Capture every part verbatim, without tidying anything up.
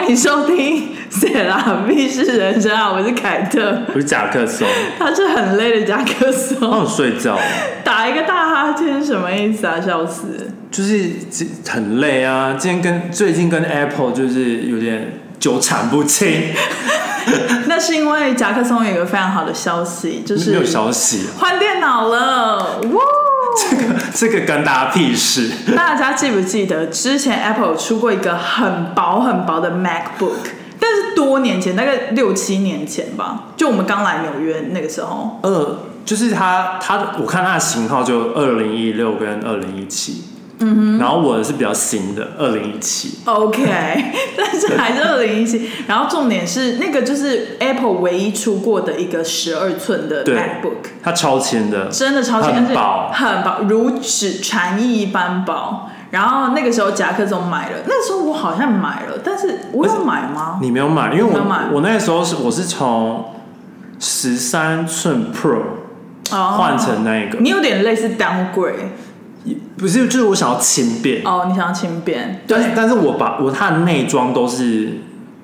欢迎收听塞拉密室人生啊！我是凯特， 我是甲克松， 他是很累的甲克松。 他有睡觉， 打一个大哈欠是什么意思啊？笑死！ 就是很累啊。今天跟最近跟 Apple 就是有点纠缠不清。 那是因为甲克松有一个非常好的消息，就是没有消息， 换电脑了。哇！ 这个这个跟大家屁事。 大家记不记得之前 Apple 有出过一个很薄很薄的 MacBook， 但是多年前，大概六七年前吧，就我们刚来纽约那个时候。 呃，就是它它，我看它的型号就二零一六跟二零一七。嗯哼，然后我的是比较新的二零一七 OK， 但是还是二零一七。然后重点是那个就是 Apple 唯一出过的一个十二寸的 MacBook， 它超轻的， 真的超轻， 很薄， 很薄，如纸蝉翼一般薄。然后那个时候夹克中买了，那时候我好像买了，但是我有买吗？ 你没有买，因为我我, 我那个时候是我是从十三寸 Pro 换成那个， 你有点类似 downgrade。 不是，就是我想要轻便哦，你想要轻便， 对，但是但是我把我它的内装都是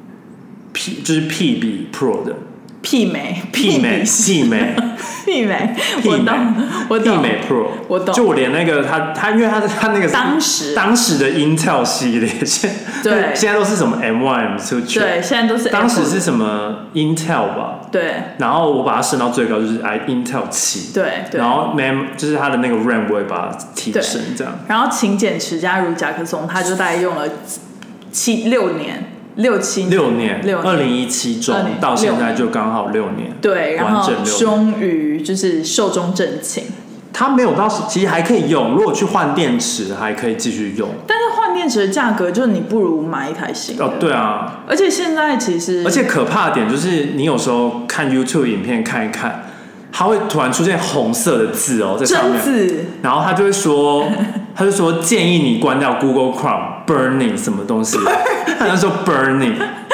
P， 就是 P 比 Pro 的， 媲美， 媲美，媲美， 媲美，我懂，我懂， 媲美 Pro， 我懂。 就我连那个它它，因为它它那个当时当时的 Intel 系列，现对现在都是什么 M 一 M 二对，现在都是 Apple， 当时是什么 Intel 吧？ 对。 然后我把它升到最高就是 Intel 七， 对对。 然后 Mem 就是它的那个 RAM 我也把它提升这样。 然后勤俭持家如甲壳松，他就大概用了七六年。六七年六年，二零一七中到现在就刚好六年， 对，然后终于就是寿终正寝。 它没有到，其实还可以用，如果去换电池还可以继续用。 但是换电池的价格，就是你不如买一台新的。 哦，对啊。 而且现在其实， 而且可怕的点就是，你有时候看 YouTube 影片看一看，它会突然出现红色的字哦，在上面， 真字， 然后他就会说，他就说建议你关掉 Google Chrome burning 什么东西，他就说 burning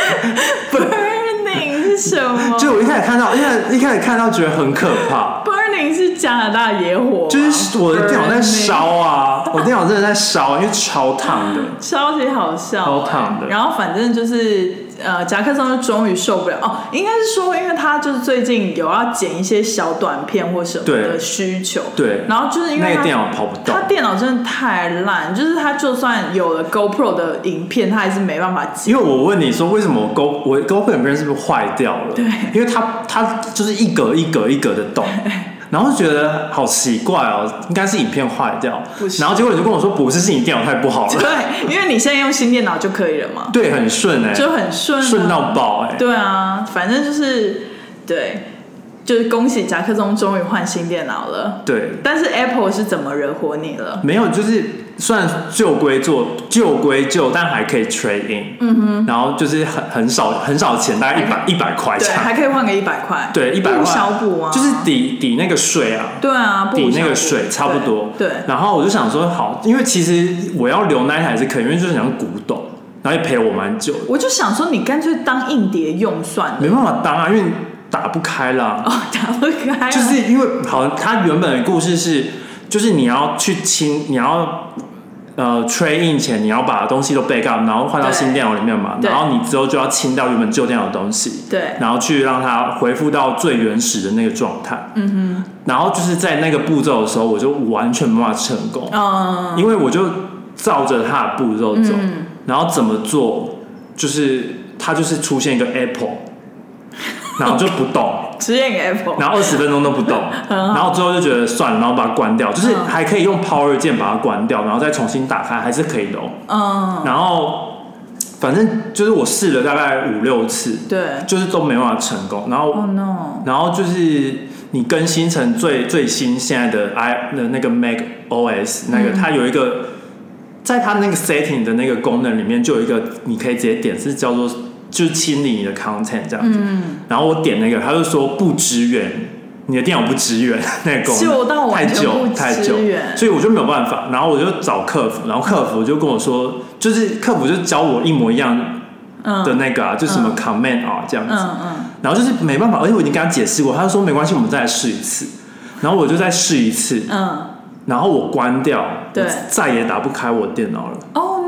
burning 是什么？ 就我一开始看到，一开始一开始看到觉得很可怕。 burning 是加拿大野火， 就是我的电脑在烧啊，我电脑真的在烧，因为超烫的， 超级好笑， 超烫的。 然后反正就是呃，夹克松就终于受不了哦，应该是说，因为他就是最近有要剪一些小短片或什么的需求， 对， 然后就是因为那个电脑跑不动， 他电脑真的太烂，就是他就算有了 GoPro 的影片，他还是没办法剪。 因为我问你说，为什么我 Go 我 GoPro 影片是不是坏掉了？ 对， 因为它它就是一格一格一格的动。然后就觉得好奇怪哦，应该是影片坏掉，然后结果你就跟我说不是，是你电脑太不好了。 对，因为你现在用新电脑就可以了嘛。 对，很顺哎、欸， 就很顺、啊， 顺到爆哎、欸。 对啊，反正就是对，就是恭喜夹克松终于换新电脑了。 对， 但是 Apple 是怎么惹火你了？ 没有，就是虽然旧归旧，旧归旧，但还可以 trade in。嗯哼，然后就是很很少很少钱，大概一百一百块。 对，还可以换个一百块。 对，一百块。 小补啊， 就是抵抵那个税啊。 对啊， 抵那个税差不多。 对。 然后我就想说，好，因为其实我要留那一台是可以，因为就是想古董，然后也陪了我蛮久的。 我就想说，你干脆当硬碟用算了。 没办法当啊，因为打不开啦。 哦，打不开。 就是因为好，它原本的故事是，就是你要去清，你要。呃 ，trade in 前你要把东西都 backup， 然后换到新电脑里面嘛，然后你之后就要清掉原本旧电脑的东西， 对， 然后去让它恢复到最原始的那个状态。嗯哼，然后就是在那个步骤的时候，我就完全没办法成功，嗯，因为我就照着它的步骤走，嗯，然后怎么做，就是它就是出现一个 Apple。然后就不动， 直接给 Apple， 然后二十分钟都不动，然后最后就觉得算了，然后把它关掉，就是还可以用 Power 键把它关掉，然后再重新打开，还是可以的。嗯，然后反正就是我试了大概五六次， 对， 就是都没办法成功。然后， oh no， 然后就是你更新成最最新现在的 i 的那个 Mac O S 那个，嗯，它有一个，在它那个 setting 的那个功能里面，就有一个你可以直接点，是叫做。就是清理你的 content 这样子，嗯，然后我点那个，他就说不支援，你的电脑不支援那个功能，太久太久，所以我就没有办法。然后我就找客服，然后客服就跟我说，就是客服就教我一模一样的那个啊，嗯，就什么 command R 这样子，嗯嗯，然后就是没办法，而且我已经跟他解释过，他就说没关系，我们再来试一次。然后我就再试一次，嗯，然后我关掉，对，再也打不开我电脑了。 Oh no！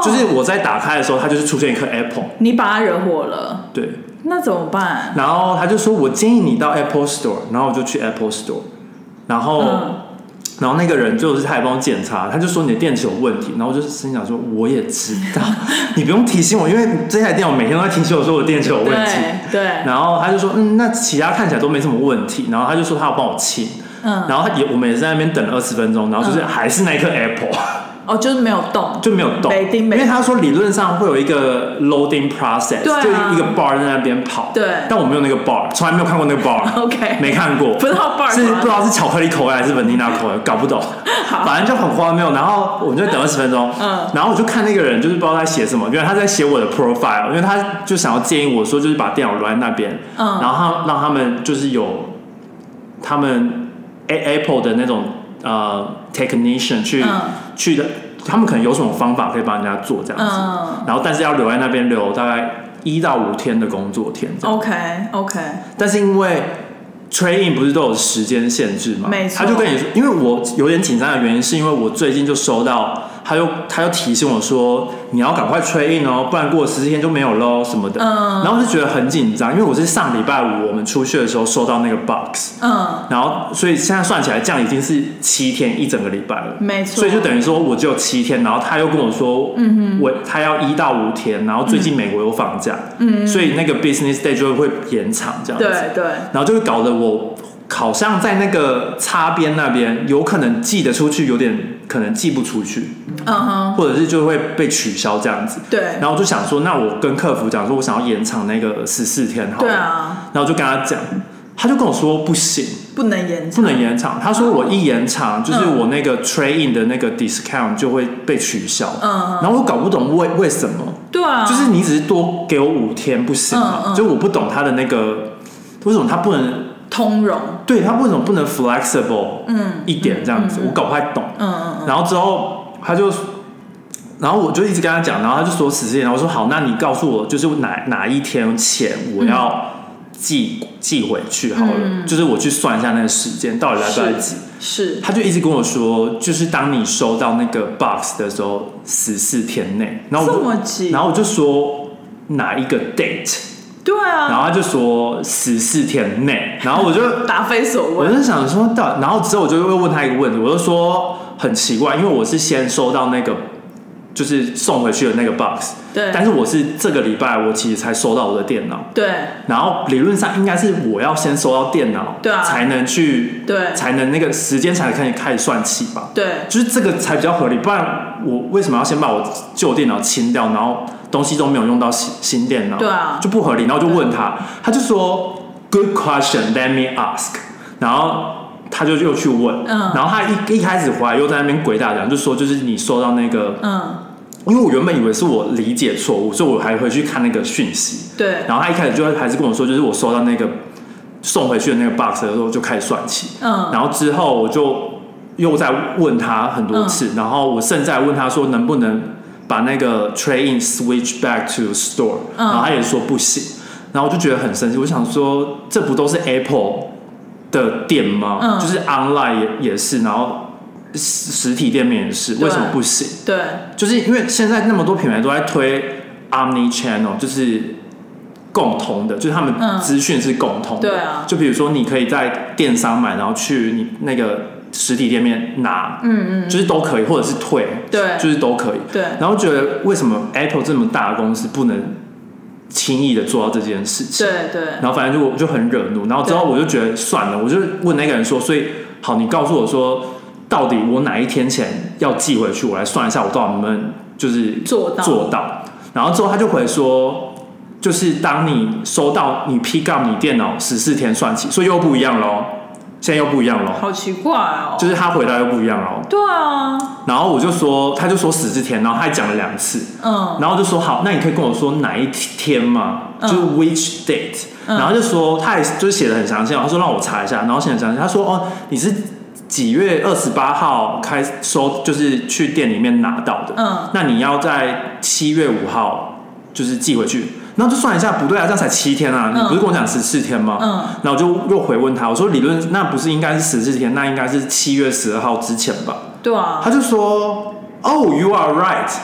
就是我在打开的时候，它就是出现一颗 Apple， 你把它惹火了， 对， 那怎么办？ 然后他就说我建议你到 Apple Store， 然后我就去 Apple Store， 然后。嗯然后那个人就是他也帮我检查，他就说你的电池有问题，然后我就心想说我也知道，你不用提醒我，因为这台电脑每天都在提醒我说我的电池有问题。 对。对然后他就说嗯，那其他看起来都没什么问题，然后他就说他要帮我清，嗯，然后他也我们也在那边等了二十分钟，然后就是还是那一颗 Apple。 哦，就是没有动， 就没有动，因为他说理论上会有一个 loading process， 对啊， 就一个 bar 在那边跑， 对， 但我没有那个 bar， 从来没有看过那个 bar，OK， 没看过， 不知道 bar 是不知道是巧克力口味还是 vanilla 口味，搞不懂，反正就很荒谬。然后我们就等二十分钟，嗯，然后我就看那个人，就是不知道在写什么，原来他在写我的 profile， 因为他就想要建议我说，就是把电脑留在那边，嗯，然后他让他们就是有他们 Apple 的那种呃 technician 去、嗯、去的。他们可能有什么方法可以帮人家做这样子，嗯、然后但是要留在那边留大概一到五天的工作天。 OK OK。 但是因为 trade in 不是都有时间限制嘛？ 没错。 他就跟你说，因为我有点紧张的原因，是因为我最近就收到，他又他又提醒我说，你要赶快 trade in 哦，不然过十四天就没有喽什么的。嗯。然后我就觉得很紧张，因为我是上礼拜五我们出去的时候收到那个 box。嗯。然后所以现在算起来，这样已经是七天一整个礼拜了。 没错。 所以就等于说我只有七天，然后他又跟我说，嗯哼，我他要一到五天，然后最近美国有放假，嗯，所以那个 business day 就会延长这样子。 对对。 然后就会搞得我。好像在那个擦边那边，有可能寄得出去，有点可能寄不出去，嗯哼，或者是就会被取消这样子。 对。 然后我就想说，那我跟客服讲说，我想要延长那个十四天好了。 对啊。 然后我就跟他讲，他就跟我说不行， 不能延长， 不能延长。他说我一延长，就是我那个 trade in 的那个 discount 就会被取消。嗯。然后我搞不懂为为什么。 对啊。 就是你只是多给我五天不行吗？嗯嗯。就我不懂他的那个为什么他不能。 通融， 对，他为什么不能 flexible 嗯一点这样子？嗯嗯嗯、我搞不太懂。嗯嗯嗯。然后之后他就，然后我就一直跟他讲，然后他就说十四天，然后我说好，那你告诉我就是哪哪一天前我要寄、嗯、寄回去好了，嗯、就是我去算一下那个时间到底来不来及。 是。 他就一直跟我说，就是当你收到那个 box 的时候，十四天内，然后我这么急， 然后我就说哪一个 date。 对啊， 然后他就说十四天内，然后我就答非所问， 我就想说到，然后之后我就会问他一个问题，我就说很奇怪，因为我是先收到那个就是送回去的那个 box， 对， 但是我是这个礼拜我其实才收到我的电脑， 对， 然后理论上应该是我要先收到电脑， 对啊， 才能去， 对， 才能那个时间才可以开始算起吧， 对， 就是这个才比较合理，不然我为什么要先把我旧电脑清掉，然后东西都没有用到新新电脑， 对啊， 就不合理。然后就问他，他就说 Good question, let me ask。然后他就又去问，嗯，然后他一一开始回来又在那边鬼打墙，就说就是你收到那个，嗯，因为我原本以为是我理解错误，所以我还回去看那个讯息， 对。 然后他一开始就还是跟我说，就是我收到那个送回去的那个 box 的时候就开始算起，嗯，然后之后我就又在问他很多次，嗯、然后我甚至还问他说能不能把那个 trade in switch back to store，嗯、然后他也说不行，然后我就觉得很生气，我想说这不都是 Apple 的店吗？嗯、就是 online 也也是，然后实体店面也是，为什么不行？ 对， 就是因为现在那么多品牌都在推 omni channel， 就是共同的，就是他们资讯是共同的。 对啊， 就比如说你可以在电商买，然后去你那个实体店面拿，嗯嗯，就是都可以，或者是退， 对， 就是都可以。 对， 然后觉得为什么 Apple 这么大的公司不能轻易的做到这件事情？ 对对。 然后反正就我就很惹怒，然后之后我就觉得算了，我就问那个人说，所以好，你告诉我说，到底我哪一天前要寄回去，我来算一下，我到底能不能就是做到做到。然后之后他就回说，就是当你收到你 pick up 你电脑十四天算起，所以又不一样咯，现在又不一样咯， 好奇怪哦， 就是他回答又不一样咯。 对啊。 然后我就说，他就说十四天，然后他还讲了两次，嗯，然后就说好，那你可以跟我说哪一天吗？嗯、就是 which date，、嗯、然后就说他也就是写的很详细，他说让我查一下，然后写的很详细，他说哦你是几月二十八号开收，就是去店里面拿到的，嗯，那你要在七月五号就是寄回去，然后就算一下，不对啊，这样才七天啊，嗯、你不是跟我讲十四天吗？嗯，然后我就又回问他，我说理论那不是应该是十四天，那应该是七月十二号之前吧？ 对啊， 他就说 ，Oh, you are right。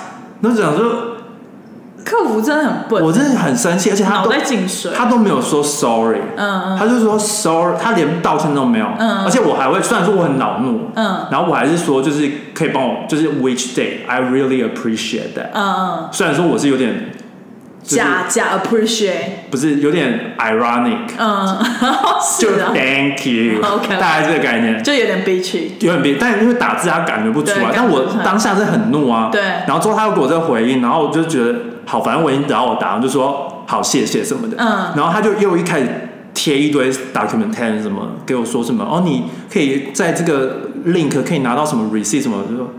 那想说， 客服真的很笨， 我真的很生气，而且他脑袋进水， 他都没有说 sorry， 嗯嗯， 他就说 sorry， 他连道歉都没有，嗯，而且我还会，虽然说我很恼怒，嗯，然后我还是说就是可以帮我，就是 which day I really appreciate that， 嗯嗯，虽然说我是有点。 就是、假假 appreciate 不是有点 ironic， 嗯，就 thank you， okay, 大概这个概念， 就有点 bitchy， 有点 bitchy， 但因为打字他感觉不出来，但我当下是很怒啊， 对， 然后之后他又给我这个回应，然后我就觉得好，反正我已经得到我答案，就说好谢谢什么的，嗯，然后他就又一开始贴一堆 documentation 什么，给我说什么哦，你可以在这个 link 可以拿到什么 receipt 什么，就说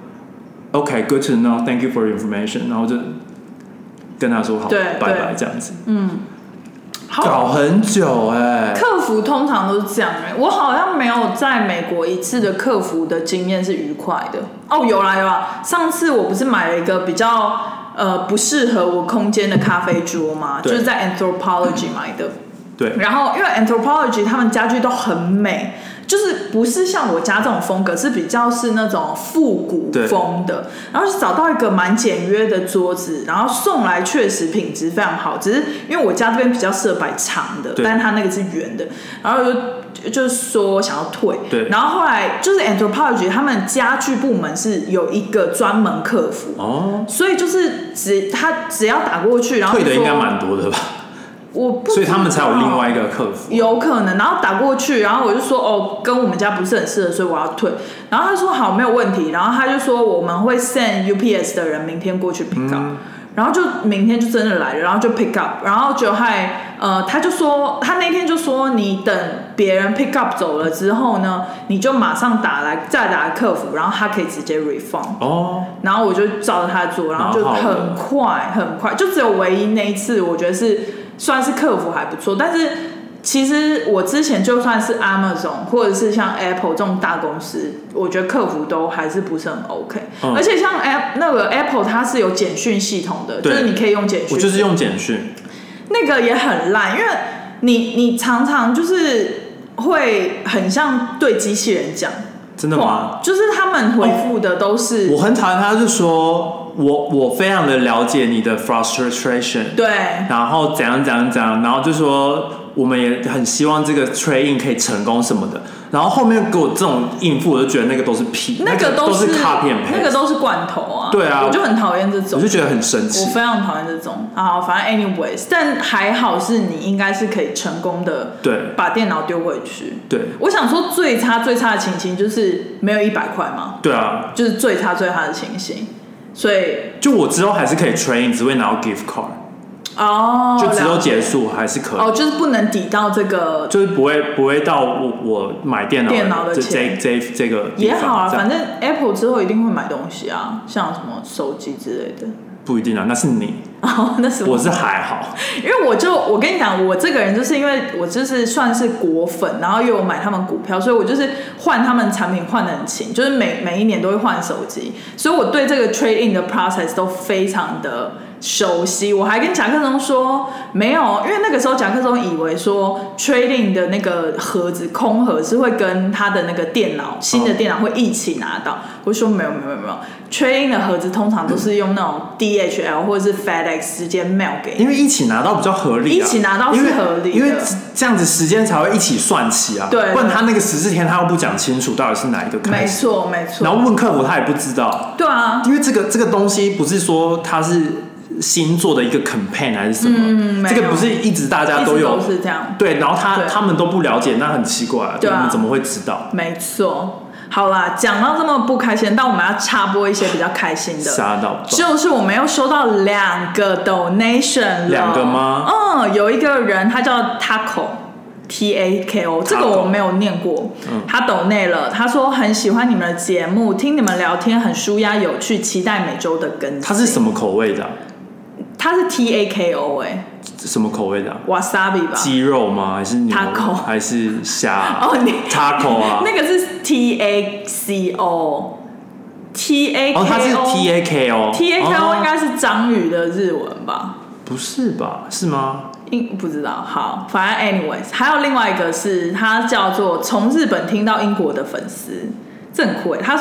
OK good to know thank you for your information， 然后就。跟他说好，拜拜这样子，嗯，搞很久哎、欸。 客服通常都是这样哎、欸，我好像没有在美国一次的客服的经验是愉快的。哦，有啦有啦，上次我不是买了一个比较呃不适合我空间的咖啡桌嘛，就是在 Anthropologie 买的。 对。 然后因为 Anthropologie 他们家具都很美。就是不是像我家这种风格，是比较是那种复古风的，然后就找到一个蛮简约的桌子，然后送来确实品质非常好，只是因为我家这边比较适合摆长的，但是它那个是圆的，然后就就是说想要退， 对， 然后后来就是 Anthropologie 他们家具部门是有一个专门客服，哦，所以就是只他只要打过去，然后退的应该蛮多的吧。 我不所以他们才有另外一个客服， 有可能，然后打过去，然后我就说哦，跟我们家不是很适合，所以我要退。然后他说好，没有问题。然后他就说我们会 send U P S 的人明天过去 pick up，、嗯、然后就明天就真的来了，然后就 pick up， 然后就还呃，他就说他那天就说你等别人 pick up 走了之后呢，你就马上打来再打客服，然后他可以直接 refund。哦，然后我就照着他做，然后就很快很快，就只有唯一那一次，我觉得是。算是客服还不错，但是其实我之前就算是 Amazon 或者是像 Apple 这种大公司，我觉得客服都还是不是很 OK、嗯。而且像 App 那个 Apple 它是有简讯系统的，就是你可以用简讯。 我就是用简讯， 那个也很烂，因为你你常常就是会很像对机器人讲。 真的吗？ 就是他们回复的都是、 哦、我很讨厌，他就说我我非常的了解你的 frustration， 对， 然后怎样怎样怎样，然后就说我们也很希望这个 trade in 可以成功什么的，然后后面给我这种应付，我就觉得那个都是屁， 那个都是 copy and paste， 那个都是罐头啊， 对啊， 我就很讨厌这种， 我就觉得很生气， 我非常讨厌这种。好，反正 anyways， 但还好是你应该是可以成功的， 对，把电脑丢回去。 对， 我想说最差最差的情形就是没有一百块嘛， 对啊， 就是最差最差的情形，所以就我之后还是可以 trade in， 只会拿到 gift card。 哦， 就只有结束还是可以哦，就是不能抵到这个， 就是不会不会到我我买电脑电脑的钱， 这这这个也好啊，反正 Apple 之后一定会买东西啊，像什么手机之类的。 不一定啊，那是你哦，那是我是还好， 因为我就我跟你讲，我这个人就是因为我就是算是果粉，然后又有买他们股票，所以我就是换他们产品换得很勤，就是每每一年都会换手机，所以我对这个 trade in 的 process 都非常的熟悉。我还跟甲克松说没有，因为那个时候甲克松以为说 trading 的那个盒子空盒是会跟他的那个电脑新的电脑会一起拿到，我就说没有没有没有 trading 的盒子通常都是用那种 D H L 或者是 FedEx 直接 mail 给你， 因为一起拿到比较合理、啊， 一起拿到是合理的， 因为这样子时间才会一起算起啊， 对， 不然他那个十四天他又不讲清楚到底是哪一个开始， 没错没错， 然后问客服他也不知道， 对啊， 因为这个这个东西不是说它是新做的一个 campaign 还是什么、嗯、这个不是一直大家都有， 一直都是这样， 对，然后他他们都不了解，那很奇怪、啊， 对啊， 我们怎么会知道？ 没错。好啦，讲到这么不开心，但我们要插播一些比较开心的， 杀到就是我们又收到两个 donation 了， 两个吗？ 嗯，有一个人他叫 Taco T A K O， 这个我没有念过，嗯、他抖内了，他说很喜欢你们的节目，听你们聊天很舒压有趣，期待每周的更新。 他是什么口味的、啊？ 他是 T A K O 哎、欸。 什么口味的、啊、 ？Wasabi 吧？ 鸡肉吗？还是牛？ Taco 还是虾？ 哦，你 Taco 啊？ 那个是 T A C O，T A K O， 哦，它是 T A K O，T A K O 应该是章鱼的日文吧？ 不是吧？是吗？ 应不知道。好，反正 anyways， 还有另外一个是他叫做从日本听到英国的粉丝。这很酷耶，他说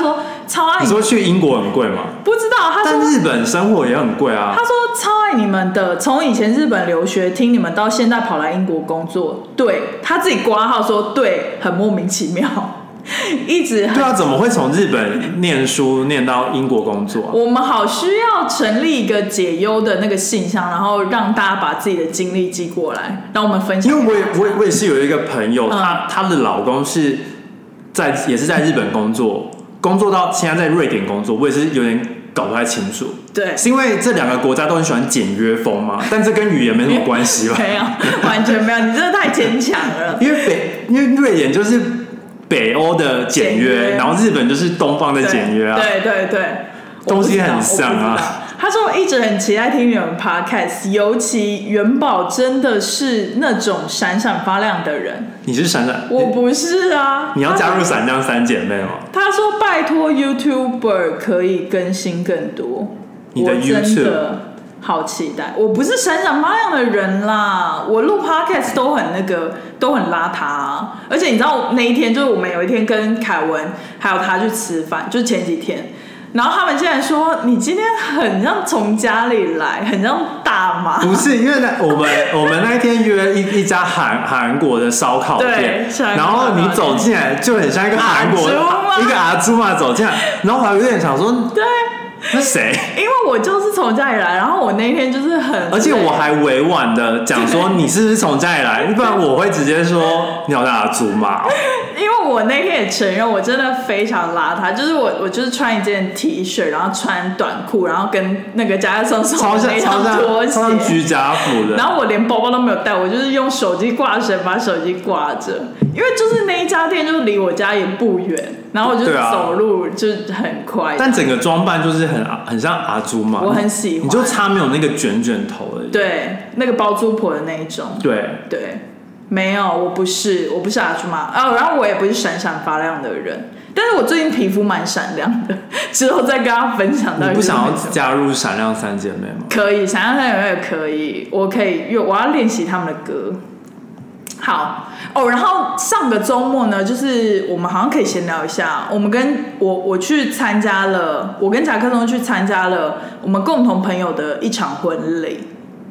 超爱你。 你说去英国很贵吗？ 不知道，他说但日本生活也很贵啊。 他说超爱你们的，从以前日本留学听你们到现在跑来英国工作，对他自己挂号说对，很莫名其妙。一直对啊，怎么会从日本念书念到英国工作、啊？ 我们好需要成立一个解忧的那个信箱，然后让大家把自己的经历寄过来，让我们分享。 因为我也我也我也是有一个朋友，她她、嗯、的老公是在也是在日本工作，工作到现在在瑞典工作，我也是有点搞不太清楚。 对， 是因为这两个国家都很喜欢简约风嘛？但这跟语言没什么关系吧？ 没有，完全没有，你真的太坚强了。 因为北因为瑞典就是北欧的简约，简约然后日本就是东方的简约啊。 对对 对, 对， 东西很像啊。 他说我一直很期待听你们 podcast， 尤其元宝真的是那种闪闪发亮的人。 你是闪闪？ 我不是啊。 你要加入闪亮三姐妹吗？ 他说拜托 YouTuber 可以更新更多。 你的 YouTube 我真的好期待。我不是闪闪发亮的人啦，我录 podcast 都很那个，都很邋遢啊。而且你知道那一天，就是我们有一天跟凯文还有他去吃饭，就是前几天。然后他们竟然说你今天很像从家里来，很像大妈。 不是，因为我们我们那一天约一一家韩韩国的烧烤店，然后你走进来就很像一个韩国一个阿朱嘛走进来，然后我还有点想说， 对， 那谁？ 因为我就是从家里来，然后我那天就是很， 而且我还委婉的讲说你是不是从家里来，不然我会直接说你好像阿朱嘛。 因为我那天也承认，我真的非常邋遢，就是我我就是穿一件 T 恤，然后穿短裤，然后跟那个夹在上手的那双拖鞋， 超像居家服的。 然后我连包包都没有带，我就是用手机挂绳把手机挂着，因为就是那一家店就离我家也不远，然后我就走路就很快。 但整个装扮就是很很像阿朱嘛， 我很喜欢， 你就差没有那个卷卷头而已。 对，那个包租婆的那一种。 对对。没有，我不是，我不是阿朱妈哦，然后我也不是闪闪发亮的人，但是我最近皮肤蛮闪亮的，之后再跟大家分享到。 你不想要加入闪亮三姐妹吗？ 可以，闪亮三姐妹也可以，我可以，因为我要练习他们的歌。好哦，然后上个周末呢，就是我们好像可以闲聊一下，我们跟我我去参加了，我跟贾克松去参加了我们共同朋友的一场婚礼。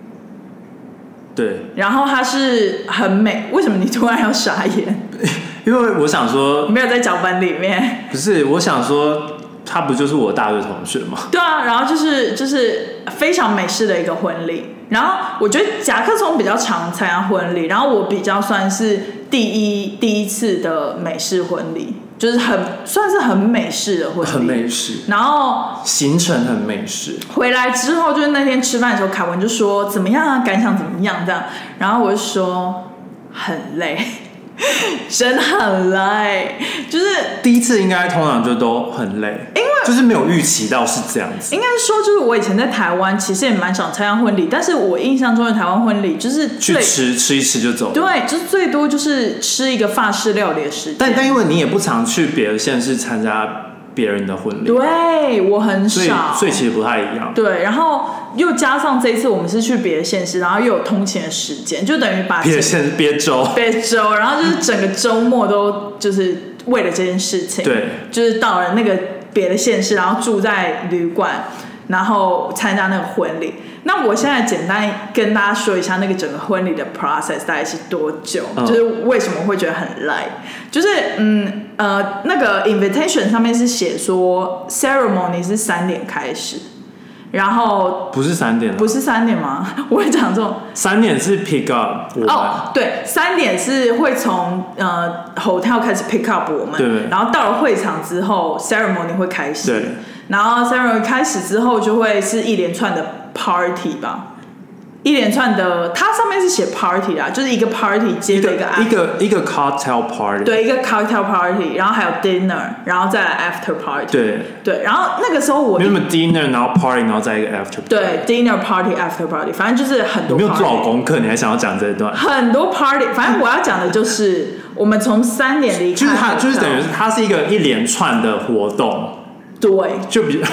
对， 然后它是很美，为什么你突然要傻眼？ 因为我想说， 没有在脚本里面。 不是，我想说，他不就是我大学同学吗？ 对啊，然后就是就是非常美式的一个婚礼。然后我觉得贾克松比较常参加婚礼，然后我比较算是第一第一次的美式婚礼。就是很算是很美式的婚礼， 很美式， 然后行程很美式。 回来之后，就是那天吃饭的时候，凯文就说怎么样啊，感想怎么样这样，然后我就说很累，真的很累，就是第一次应该通常就都很累，因为就是没有预期到是这样子。 应该说，就是我以前在台湾其实也蛮想参加婚礼，但是我印象中的台湾婚礼就是去吃吃一吃就走了， 对，就是最多就是吃一个法式料理的时间。 但但因为你也不常去别的县市参加别人的婚礼， 对我很少， 所以所以其实不太一样。 对，然后又加上这一次我们是去别的县市，然后又有通勤的时间，就等于把别的县市别州别州，然后就是整个周末都就是为了这件事情， 对， 就是到了那个别的县市，然后住在旅馆，然后参加那个婚礼。那我现在简单跟大家说一下那个整个婚礼的 process 大概是多久，嗯、就是为什么会觉得很累，就是嗯呃那个 invitation 上面是写说 ceremony 是三点开始，然后不是三点， 不是三点吗？我会讲这种三点是 pick up 我们哦，对，三点是会从呃 hotel 开始 pick up 我们， 对， 然后到了会场之后 ceremony 会开始， 对， 然后 ceremony 开始之后就会是一连串的 party 吧。一连串的，它上面是写 party 啦，就是一个 party 接着一个 after, 一个一个 cocktail party， 对，一个 cocktail party， 然后还有 dinner， 然后再来 after party， 对对，然后那个时候我没有 dinner， 然后 party， 然后再一个 after party， 对 dinner party after party， 反正就是很多 party。你没有做好功课，你还想要讲这一段？ 很多 party， 反正我要讲的就是我们从三点离开， 就是它就是等于它是一个一连串的活动， 对， 就比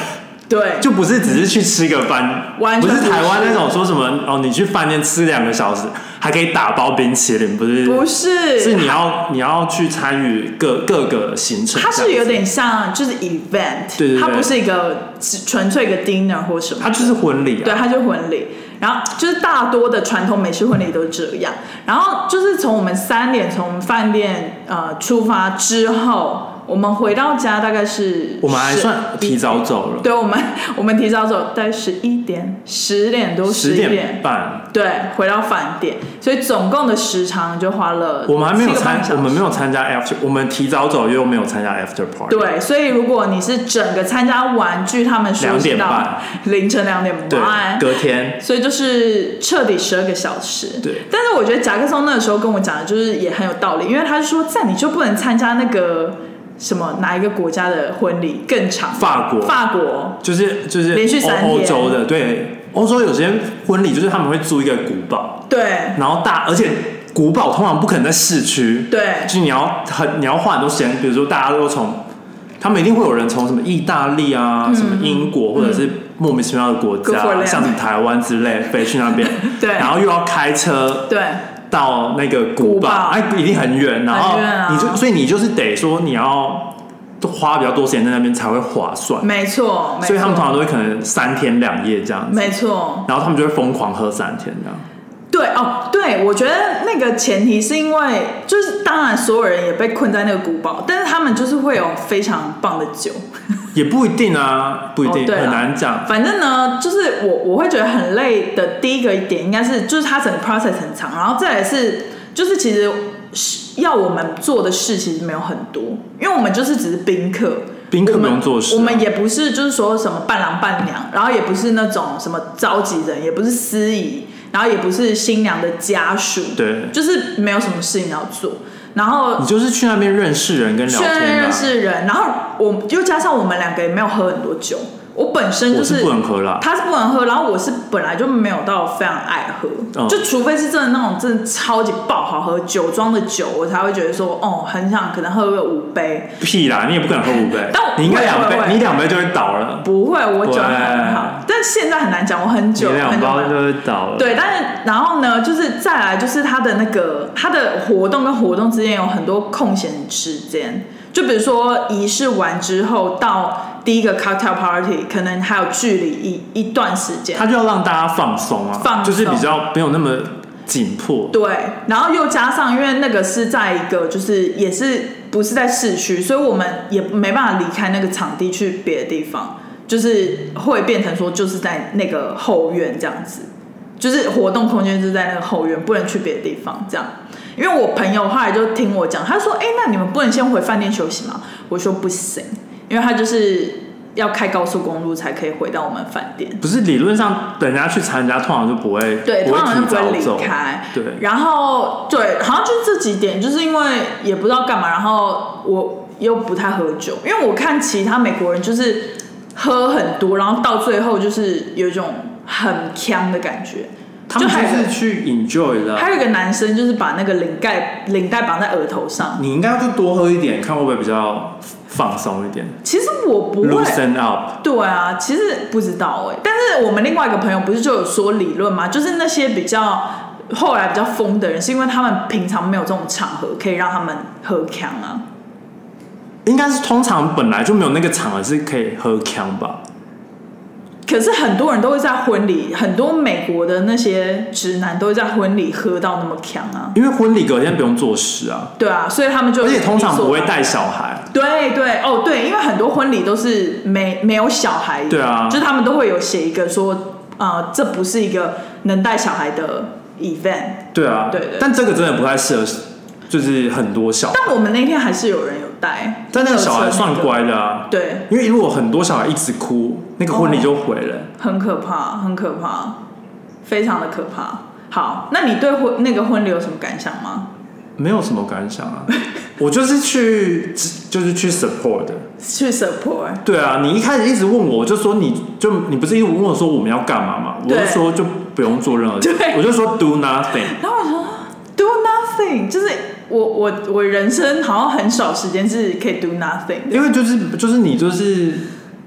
对， 就不是只是去吃个饭， 完全不是台湾那种说什么哦，你去饭店吃两个小时还可以打包冰淇淋，不是？ 不是， 是你要你要去参与各各个行程。 它是有点像就是 event， 对对对， 它不是一个纯粹一个 dinner 或什么， 它就是婚礼啊。 对，它就是婚礼。然后就是大多的传统美式婚礼都这样。然后就是从我们三点从饭店呃出发之后，我们回到家大概是我们还算提早走了。 对，我们我们提早走，大概十一点、十点多、十一点半， 对，回到饭店。所以总共的时长就花了我们还没有参，我们没有参加 after， 我们提早走又没有参加 after party。 对，所以如果你是整个参加完，据他们说是到凌晨两点半， 隔天， 所以就是彻底十二个小时。 对， 但是我觉得甲克松那个时候跟我讲的就是也很有道理，因为他就说这样你就不能参加那个什么哪一个国家的婚礼更长？ 法国， 法国就是就是连续三天欧洲的，对。欧洲有些婚礼就是他们会租一个古堡， 对， 然后大，而且古堡通常不可能在市区， 对， 就是你要很你要花很多时间，比如说大家都从，他们一定会有人从什么意大利啊、嗯、什么英国、嗯、或者是莫名其妙的国家，嗯、像是台湾之类飞去那边， 对， 然后又要开车， 对， 到那个古堡，哎，一定很远，然后你就、啊、所以你就是得说你要。花比较多时间在那边才会划算， 没错， 所以他们通常都会可能三天两夜这样子， 没错， 然后他们就会疯狂喝三天这样。 对哦，对，我觉得那个前提是因为，就是当然所有人也被困在那个古堡，但是他们就是会有非常棒的酒， 也不一定啊，不一定，哦、很难讲。 反正呢，就是我我会觉得很累的第一个一点应该是，就是它整个 process 很长，然后再来是，就是其实要我们做的事其实没有很多，因为我们就是只是宾客。 宾客不用做事、啊， 我们也不是就是说什么伴郎伴娘，然后也不是那种什么召集人，也不是司仪，然后也不是新娘的家属， 对， 就是没有什么事情要做。然后你就是去那边认识人跟聊天、啊， 去那边认识人，然后我又加上我们两个也没有喝很多酒。我本身就是， 我是不能喝啦， 他是不能喝，然后我是本来就没有到非常爱喝，嗯、就除非是真的那种真的超级爆好喝酒庄的酒，我才会觉得说，哦，很想可能喝个五杯。 屁啦，你也不可能喝五杯， 但你应该两杯，你两杯就会倒了。 不会，我酒很好，但现在很难讲，我很久， 你两包就会倒了。 对，但是然后呢，就是再来就是他的那个他的活动跟活动之间有很多空闲时间。就比如说仪式完之后到第一个 cocktail party 可能还有距离 一, 一段时间， 他就要让大家放松啊， 放松就是比较没有那么紧迫。 对，然后又加上因为那个是在一个就是也是不是在市区，所以我们也没办法离开那个场地去别的地方，就是会变成说就是在那个后院这样子，就是活动空间就是在那个后院，不能去别的地方这样。因为我朋友后来就听我讲，他说：“哎、欸，那你们不能先回饭店休息吗？”我说：“不行，因为他就是要开高速公路才可以回到我们饭店。” 不是理论上人家去参加，通常就不会对， 不会通常就不会离开。 对， 然后对，好像就是这几点，就是因为也不知道干嘛，然后我又不太喝酒，因为我看其他美国人就是喝很多，然后到最后就是有一种很呛的感觉。 他们就是去 enjoy 的、啊。 还有一个男生就是把那个领带领带绑在额头上。 你应该就多喝一点，看会不会比较放松一点。 其实我不会 loosen up。 对啊，其实不知道哎、欸。但是我们另外一个朋友不是就有说理论吗？就是那些比较后来比较疯的人，是因为他们平常没有这种场合可以让他们喝呛啊。 应该是通常本来就没有那个场合是可以喝呛吧。 可是很多人都会在婚礼，很多美国的那些直男都会在婚礼喝到那么强啊。 因为婚礼隔天不用做事啊。 对啊，所以他们就而且通常不会带小孩。 对对哦对，因为很多婚礼都是没没有小孩的。 对啊， 就是他们都会有写一个说，呃，这不是一个能带小孩的 event。 对啊， 对对。 但这个真的不太适合，就是很多小孩。 但我们那天还是有人有带， 但那个小孩算乖的啊。 对， 因为如果很多小孩一直哭，那个婚礼就毁了、哦。 很可怕，很可怕，非常的可怕。好，那你对婚那个婚礼有什么感想吗？ 没有什么感想啊，我就是去，就是去 support 的。 去 support。对啊，你一开始一直问我，我就说你就你不是一直问我说我们要干嘛嘛？我就说就不用做任何事，我就说 do nothing。 然后我说 do nothing， 就是我我我人生好像很少时间是可以 do nothing 的。 因为就是就是你就是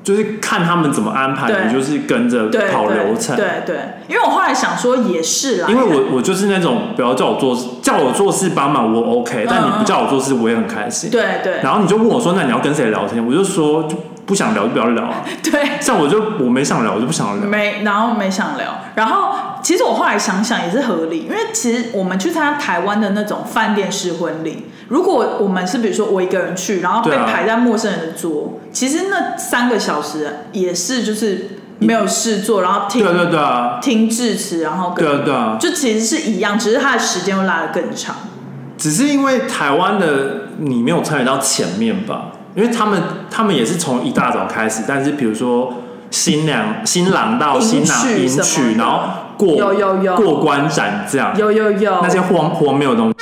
就是看他们怎么安排，你就是跟着跑流程。 对 对, 对, 对，因为我后来想说也是啦， 因为我我就是那种不要叫我做叫我做事帮忙我 OK， 但你不叫我做事我也很开心。 对对。 然后你就问我说，那你要跟谁聊天？我就说就不想聊就不要聊啊。 对。 像我就我没想聊，我就不想聊。 没，然后没想聊，然后其实我后来想想也是合理，因为其实我们去参加台湾的那种饭店式婚礼。如果我们是比如说我一个人去，然后被排在陌生人的桌，啊、其实那三个小时也是就是没有事做，然后听对对对啊， 听致辞，然后跟对啊对啊， 就其实是一样，只是它的时间会拉得更长。 只是因为台湾的你没有参与到前面吧，因为他们他们也是从一大早开始，但是比如说新娘新郎到新郎迎娶，然后过有有有过关斩将， 有有有那些荒荒谬的东西。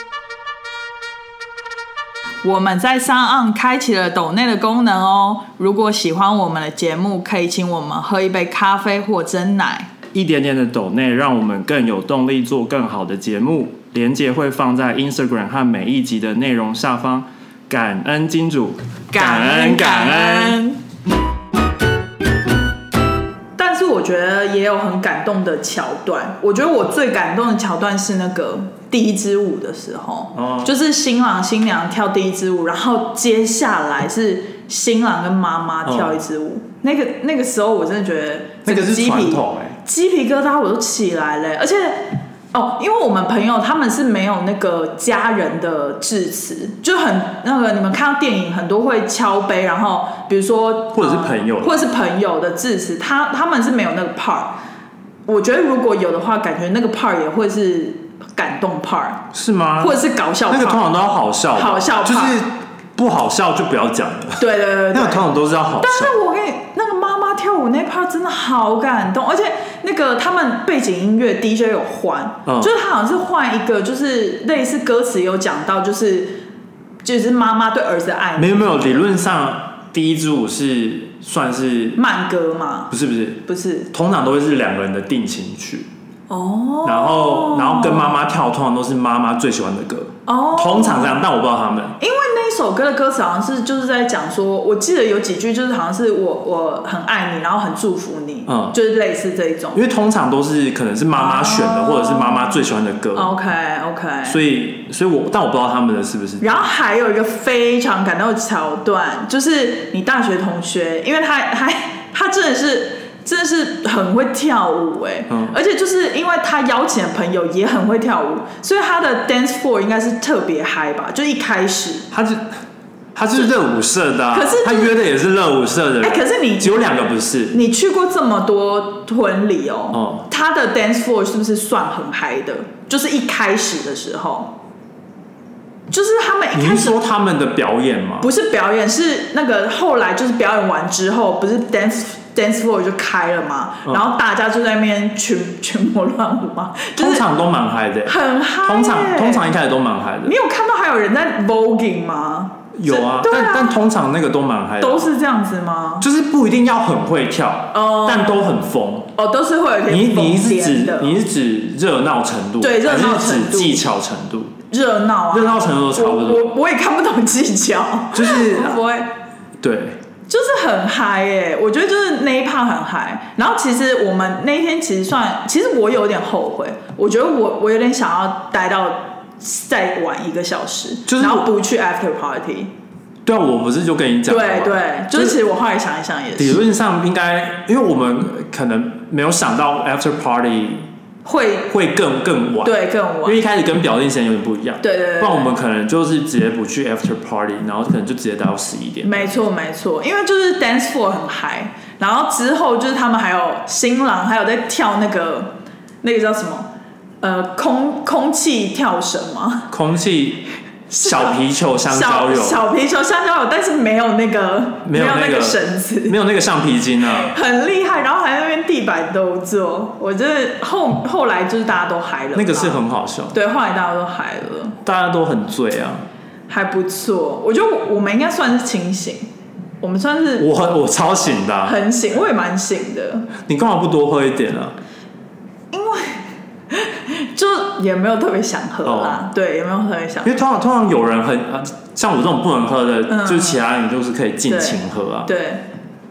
我们在SoundOn开启了抖内的功能哦，如果喜欢我们的节目，可以请我们喝一杯咖啡或珍奶。 一点点的抖内让我们更有动力做更好的节目，连结会放在 Instagram 和每一集的内容下方。感恩金主， 感恩感恩。但是我觉得也有很感动的桥段，我觉得我最感动的桥段是那个第一支舞的时候，哦、就是新郎新娘跳第一支舞，然后接下来是新郎跟妈妈跳一支舞。哦、那个那个时候我真的觉得那个是传统哎， 鸡皮疙瘩我都起来了，而且哦，因为我们朋友他们是没有那个家人的致辞，就很那个你们看到电影很多会敲杯，然后比如说或者是朋友、呃， 或者是朋友的致辞，他他们是没有那个 part。我觉得如果有的话，感觉那个 part 也会是感动 part， 是吗？ 或者是搞笑 part， 那个通常都要好笑， 好笑 part， 就是不好笑就不要讲了。 对对 对, 对， 那个通常都是要好笑。 但是我跟你那个妈妈跳舞那 part 真的好感动，而且那个他们背景音乐 D J 有换，嗯、就是他好像是换一个，就是类似歌词有讲到，就是就是妈妈对儿子的爱。 没有没有，理论上第一支舞是算是慢歌吗？ 不是不是不是， 通常都会是两个人的定情曲。 哦， 然后然后跟妈妈跳，通常都是妈妈最喜欢的歌。哦，通常这样，但我不知道他们。 因为那一首歌的歌词好像是就是在讲说，我记得有几句就是好像是我我很爱你，然后很祝福你，嗯，就是类似这一种。 因为通常都是可能是妈妈选的，哦、或者是妈妈最喜欢的歌。 OK OK。 所以所以我但我不知道他们的是不是。 然后还有一个非常感动的桥段，就是你大学同学，因为他他他真的是。真的是很会跳舞哎、欸，嗯、而且就是因为他邀请的朋友也很会跳舞，所以他的 dance floor 应该是特别嗨吧？就一开始， 他是他是热舞社的、啊， 可是他约的也是热舞社的人。 哎、欸，可是你只有两个不是。 你去过这么多婚礼哦，嗯、他的 dance floor 是不是算很嗨的？就是一开始的时候，就是他们一开始。 你是说他们的表演吗？ 不是表演，是那个后来就是表演完之后，不是 dance。dance floor 就开了嘛，嗯、然后大家就在那边群群魔乱舞嘛，就是、 通常都蛮嗨的， 很嗨、欸。 通常通常一开始都蛮嗨的。 你有看到还有人在 voguing 吗？ 有啊，啊但但通常那个都蛮嗨的。 都是这样子吗？ 就是不一定要很会跳，哦、但都很疯。 哦，都是会有一点疯癫的。 你你是指你是指热闹程度？ 对，热闹程度。 还是指技巧程度？ 热闹啊， 热闹程度都差不多。 我 我, 我也看不懂技巧， 就是不会。 对。 就是很嗨耶、欸，我觉得就是那一趴很嗨。然后其实我们那一天其实算，其实我有点后悔，我觉得我我有点想要待到再晚一个小时， 就是、 然后不去 after party。 对啊，我不是就跟你讲了吗？ 对对，就是其实我后来想一想也是。 理论上应该，因为我们可能没有想到 after party。 会会更更晚， 对，更晚， 因为一开始跟表定时间有点不一样， 对对对， 不然我们可能就是直接不去 after party， 然后可能就直接待到十一点。 没错没错，因为就是 dance floor 很嗨，然后之后就是他们还有新郎还有在跳那个那个叫什么呃空空气跳绳吗？ 空气。小皮球香蕉油， 小皮球香蕉油，但是没有那个没有那个绳子， 没有那个橡皮筋啊， 很厉害。然后还在那边地板都做，我觉得后后来就是大家都嗨了， 那个是很好笑。 对，后来大家都嗨了， 大家都很醉啊， 还不错。我觉得我们应该算是清醒，我们算是我我超醒的、啊， 很醒，我也蛮醒的。 你干嘛不多喝一点啊？ 因为。就也没有特别想喝啦，哦、对，也没有特别想喝。 因为通常通常有人很像我这种不能喝的，嗯、就是其他人就是可以尽情喝啊。 对，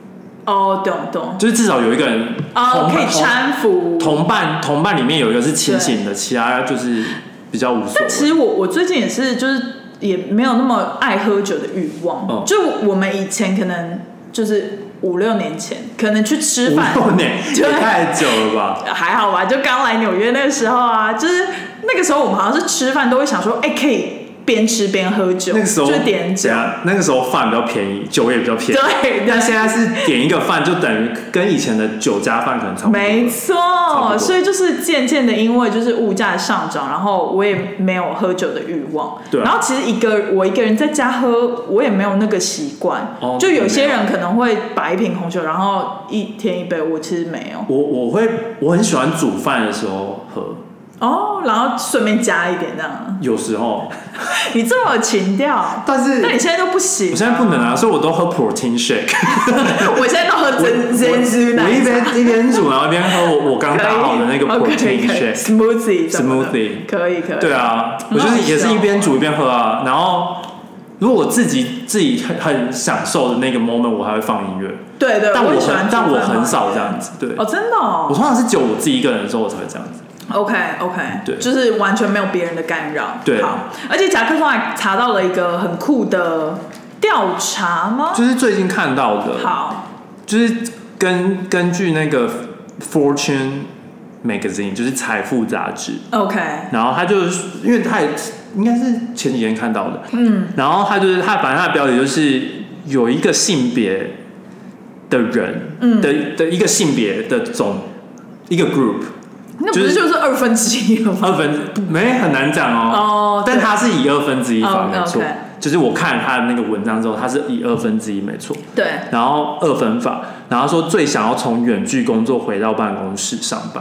哦，懂懂， 就是至少有一个人哦可以搀扶同伴，同伴里面有一个是清醒的，其他就是比较无所谓。 但其实我我最近也是，就是也没有那么爱喝酒的欲望。嗯、就我们以前可能就是五六年前，可能去吃饭， 五六年也太久了吧？ 还好吧，就刚来纽约那个时候啊，就是那个时候我们好像是吃饭都会想说，哎、欸，可以。边吃边喝酒， 那个时候就点酒。 那个时候饭比较便宜，酒也比较便宜。 对， 但现在是点一个饭就等于跟以前的酒家饭可能差不多。 没错，所以就是渐渐的，因为就是物价上涨，然后我也没有喝酒的欲望。 对、啊。 然后其实一个我一个人在家喝，我也没有那个习惯。哦。就有些人可能会摆一瓶红酒，然后一天一杯，我其实没有。 我我会我很喜欢煮饭的时候喝。 哦，然后顺便加一点这样。 有时候， 你这么有情调， 但是， 但你现在都不行、啊。 我现在不能啊，所以我都喝 protein shake。 我现在都喝珍珍珠奶茶。 我一边一边煮，然后一边喝我我刚打好的那个 protein shake。smoothie，smoothie， 可以可以。 对啊，我就是也是一边煮一边喝啊。然后，如果我自己自己很很享受的那个 moment， 我还会放音乐。 对对， 但我很但我很少这样子。对。 哦，真的哦。 我通常是只有我自己一个人的时候，我才会这样子。 OK OK， 对， 就是完全没有别人的干扰。 对， 好，而且甲克松还查到了一个很酷的调查吗？ 就是最近看到的。 好， 就是根根据那个 Fortune Magazine， 就是财富杂志。 OK， 然后他就是因为他也应该是前几天看到的，嗯，然后他就是他反正他的标题就是有一个性别的人，嗯的的一个性别的总一个 group。 那不是就是二分之一了吗？ 二分没很难讲哦，哦，但它是以二分之一法没错， okay. 就是我看了他的那个文章之后，它是以二分之一没错， 对， 然后二分法，然后说最想要从远距工作回到办公室上班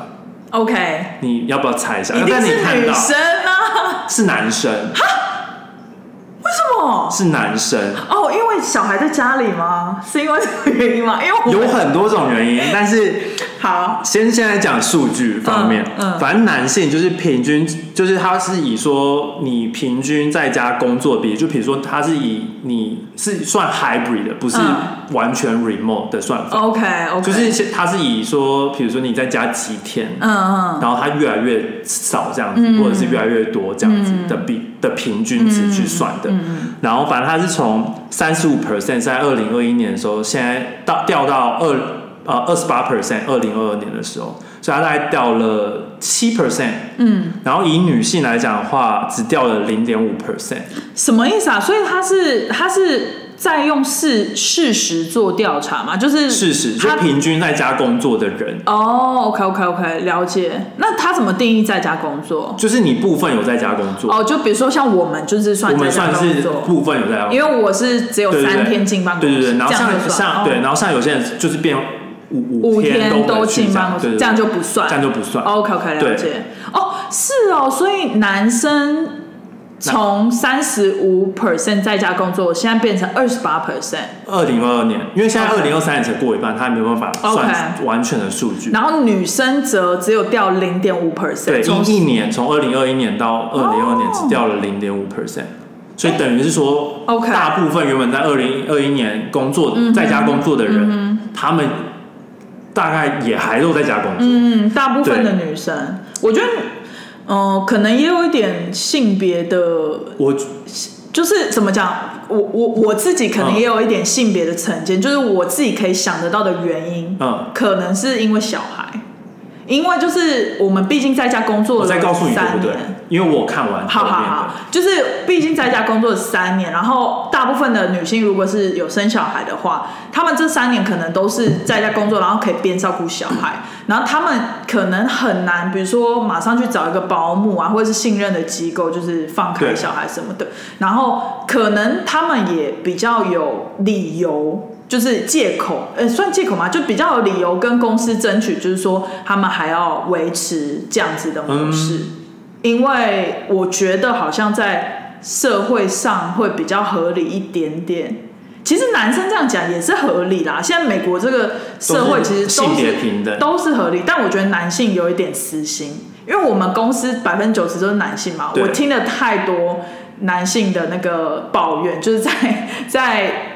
，OK， 你要不要猜一下？ 一定是女生啊， 是男生， 为什么？ 是男生哦，因为小孩在家里吗？是因为这个原因吗？因为我有很多种原因，但是好， 先现在讲数据方面，嗯嗯、反正男性就是平均，就是他是以说你平均在家工作比，就比如说他是以你是算 hybrid 的，不是完全 remote 的算法。 OK OK， 就是他是以说，比如说你在家几天，嗯嗯，然后他越来越少这样子，嗯、或者是越来越多这样子的比。嗯的平均值去算的，嗯嗯、然后反正它是从三十五 percent 在二零二一年的时候，现在到掉到二呃二十八 percent， 二零二二年的时候，所以它大概掉了七 percent， 嗯，然后以女性来讲的话，只掉了零点五 percent。 什么意思啊？所以它是它是。在用事事实做调查嘛，就是事实，就平均在家工作的人。 哦 ，OK OK OK， 了解。那他怎么定义在家工作？ 就是你部分有在家工作。 哦，就比如说像我们就是算在家工作， 我们算是部分有在家工作， 因为我是只有三天进办公室， 对对对，然后像像、哦、对，然后像有些人就是变五五天都进办公室，这样就不算， 这样就不算。 OK OK， 了解。哦，是哦，所以男生。从三十五 percent 在家工作，现在变成二十八 percent。 二零二二年，因为现在二零二三年才过一半，他还没有办法算完全的数据。 然后女生则只有掉零点五 percent。 对，一一年从二零二一年到二零二二年只掉了零点五 percent， 所以等于是说，大部分原本在二零二一年工作、嗯、在家工作的人，嗯、他们大概也还都在家工作。 嗯，大部分的女生，我觉得。嗯、呃，可能也有一点性别的， 我就是怎么讲，我我我自己可能也有一点性别的成见，嗯、就是我自己可以想得到的原因，嗯，可能是因为小孩，因为就是我们毕竟在家工作了三年，我再告诉你对不对？ 因为我看完， 好好好，就是毕竟在家工作了三年，然后大部分的女性如果是有生小孩的话，她们这三年可能都是在家工作，然后可以边照顾小孩。然后他们可能很难，比如说马上去找一个保姆啊，或者是信任的机构，就是放开小孩什么的。然后可能他们也比较有理由，就是借口，呃，算借口吗？就比较有理由跟公司争取，就是说他们还要维持这样子的模式。嗯、因为我觉得好像在社会上会比较合理一点点。其实男生这样讲也是合理啦。现在美国这个社会其实都是性别平等， 都是合理，但我觉得男性有一点私心，因为我们公司百分之九十都是男性嘛。我听了太多男性的那个抱怨，就是在在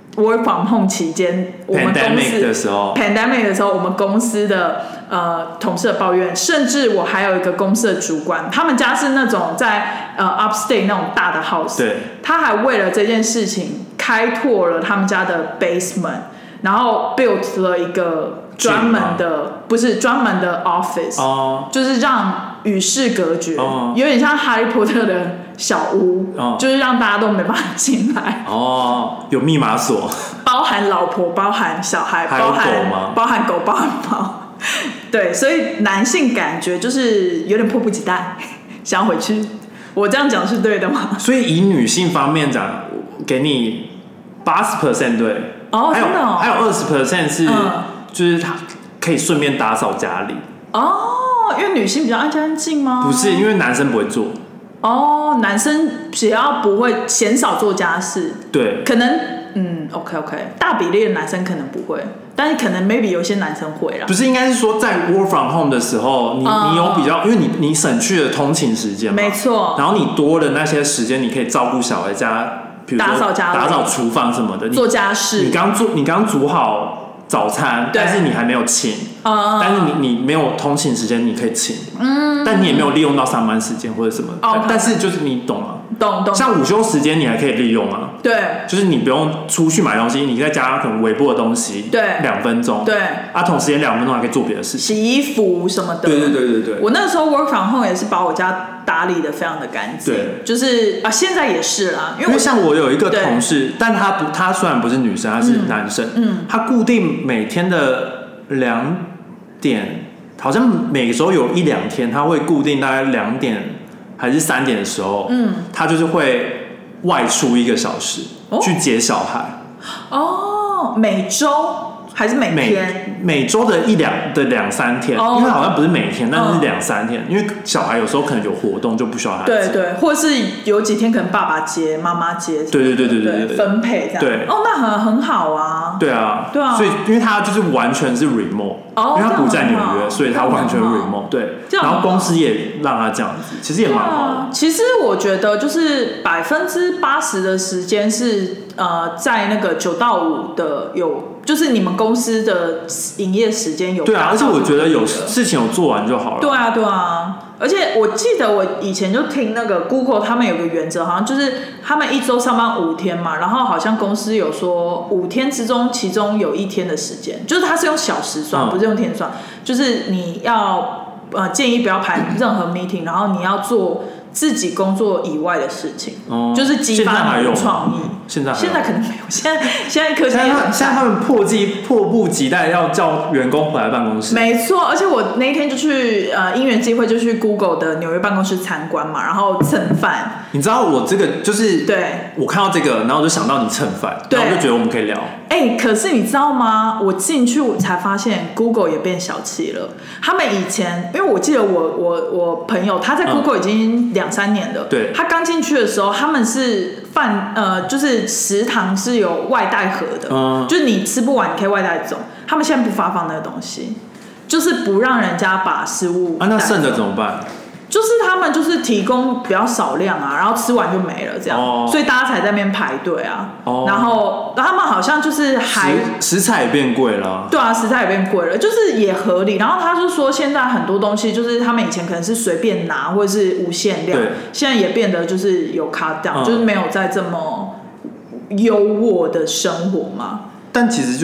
work from home 期间，我们公司 pandemic 的时候 pandemic 的时候，我们公司的呃同事的抱怨，甚至我还有一个公司的主管，他们家是那种在呃 upstate 那种大的 house， 对， 他还为了这件事情开拓了他们家的 basement， 然后 built 了一个专门的，不是专门的 office，、哦、就是让与世隔绝、哦，有点像哈利波特的小屋、哦，就是让大家都没办法进来。 哦，有密码锁， 包含老婆，包含小孩， 还有包含狗吗？ 包含狗，包含猫。对，所以男性感觉就是有点迫不及待，想要回去。我这样讲是对的吗？ 所以以女性方面讲，给你八十 percent 对， 哦， 还有真的哦， 还有二十 percent 是、嗯，就是他可以顺便打扫家里。 哦，因为女性比较爱干净吗？ 不是，因为男生不会做。 哦，男生只要不会嫌少做家事， 对， 可能嗯 ，OK OK， 大比例的男生可能不会，但是可能 maybe 有些男生会啦。 不是，应该是说在 work from home 的时候，你、嗯、你有比较，因为你你省去了通勤时间嘛， 没错， 然后你多的那些时间，你可以照顾小孩家，比如说打扫家里、 打扫厨房什么的， 做家事。 你刚做，你刚煮好早餐，但是你还没有请，嗯、但是你你没有通勤时间，你可以请，嗯，但你也没有利用到上班时间或者什么，哦、但是就是你懂吗？ 懂懂。 像午休时间你还可以利用啊， 对， 就是你不用出去买东西，你在家可能微波的东西， 对， 两分钟， 对， 啊，同时间两分钟还可以做别的事情， 洗衣服什么的， 对对对对对。 我那时候 work from home 也是把我家打理的非常的干净，对，就是啊，现在也是啦，因为, 因为像我有一个同事，但他不，他虽然不是女生，他是男生，嗯，他固定每天的两点，好像每个时候有一两天，他会固定大概两点还是三点的时候，嗯，他就是会外出一个小时、哦、去接小孩。 哦，每周还是每天？ 每周的一两的两三天、哦，因为好像不是每天，但是两三天、嗯，因为小孩有时候可能有活动就不需要他接。 对对，或是有几天可能爸爸接、妈妈接， 对对对对 对, 对, 对分配这样。 对， 哦，那很很好啊。 对啊， 对啊， 所以因为他就是完全是 remote，、哦、因为他不在纽约，所以他完全 remote。对，然后公司也让他这样子，其实也蛮好的、啊。 其实我觉得就是百分之八十的时间是呃在那个九到五的有。就是你们公司的营业时间有对啊，而且我觉得有事情有做完就好了。 对啊，对啊，而且我记得我以前就听那个 Google 他们有个原则，好像就是他们一周上班五天嘛，然后好像公司有说五天之中，其中有一天的时间，就是它是用小时算，嗯、不是用天算，就是你要呃建议不要排任何 meeting， 然后你要做自己工作以外的事情，哦、就是激发你的创意。 现在现在可能没有，现在现在科技现在现在他们迫急迫不及待要叫员工回来办公室。 没错，而且我那一天就去呃因缘际会就去 Google 的纽约办公室参观嘛，然后蹭饭。 你知道我这个就是对， 我看到这个，然后我就想到你蹭饭，然后我就觉得我们可以聊。 哎、欸，可是你知道吗？我进去我才发现 Google 也变小气了。他们以前，因为我记得我我我朋友他在 Google 已经两三年了， 对、嗯， 他刚进去的时候，他们是饭呃就是食堂是有外带盒的，嗯，就是你吃不完你可以外带走。他们现在不发放那个东西，就是不让人家把食物啊，那剩的怎么办？ 就是他们就是提供比较少量啊，然后吃完就没了这样，哦、所以大家才在那边排队啊。哦、然后他们好像就是还食材也变贵了。 对啊，食材也变贵了，就是也合理。然后他就说现在很多东西就是他们以前可能是随便拿或者是无限量，现在也变得就是有 cut down，、嗯、就是没有再这么优渥的生活嘛。 但其实就是，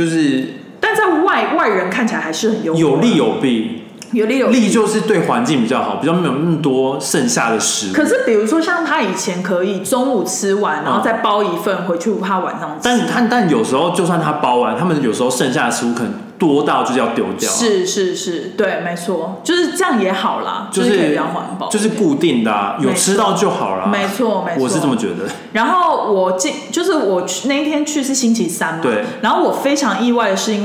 但在外外人看起来还是很优渥， 有利有弊。 有利有弊， 利就是对环境比较好，比较没有那么多剩下的食物。 可是比如说像他以前可以中午吃完，然后再包一份回去他晚上吃。 但但但有时候就算他包完，他们有时候剩下的食物可能多到就是要丢掉。 是是是，对，没错，就是这样也好啦， 就是、 就是可以比较环保， 就是固定的、啊，有吃到就好啦。 没错没错， 我是这么觉得。 然后我进就是我那一天去是星期三嘛， 对。 然后我非常意外的是，因为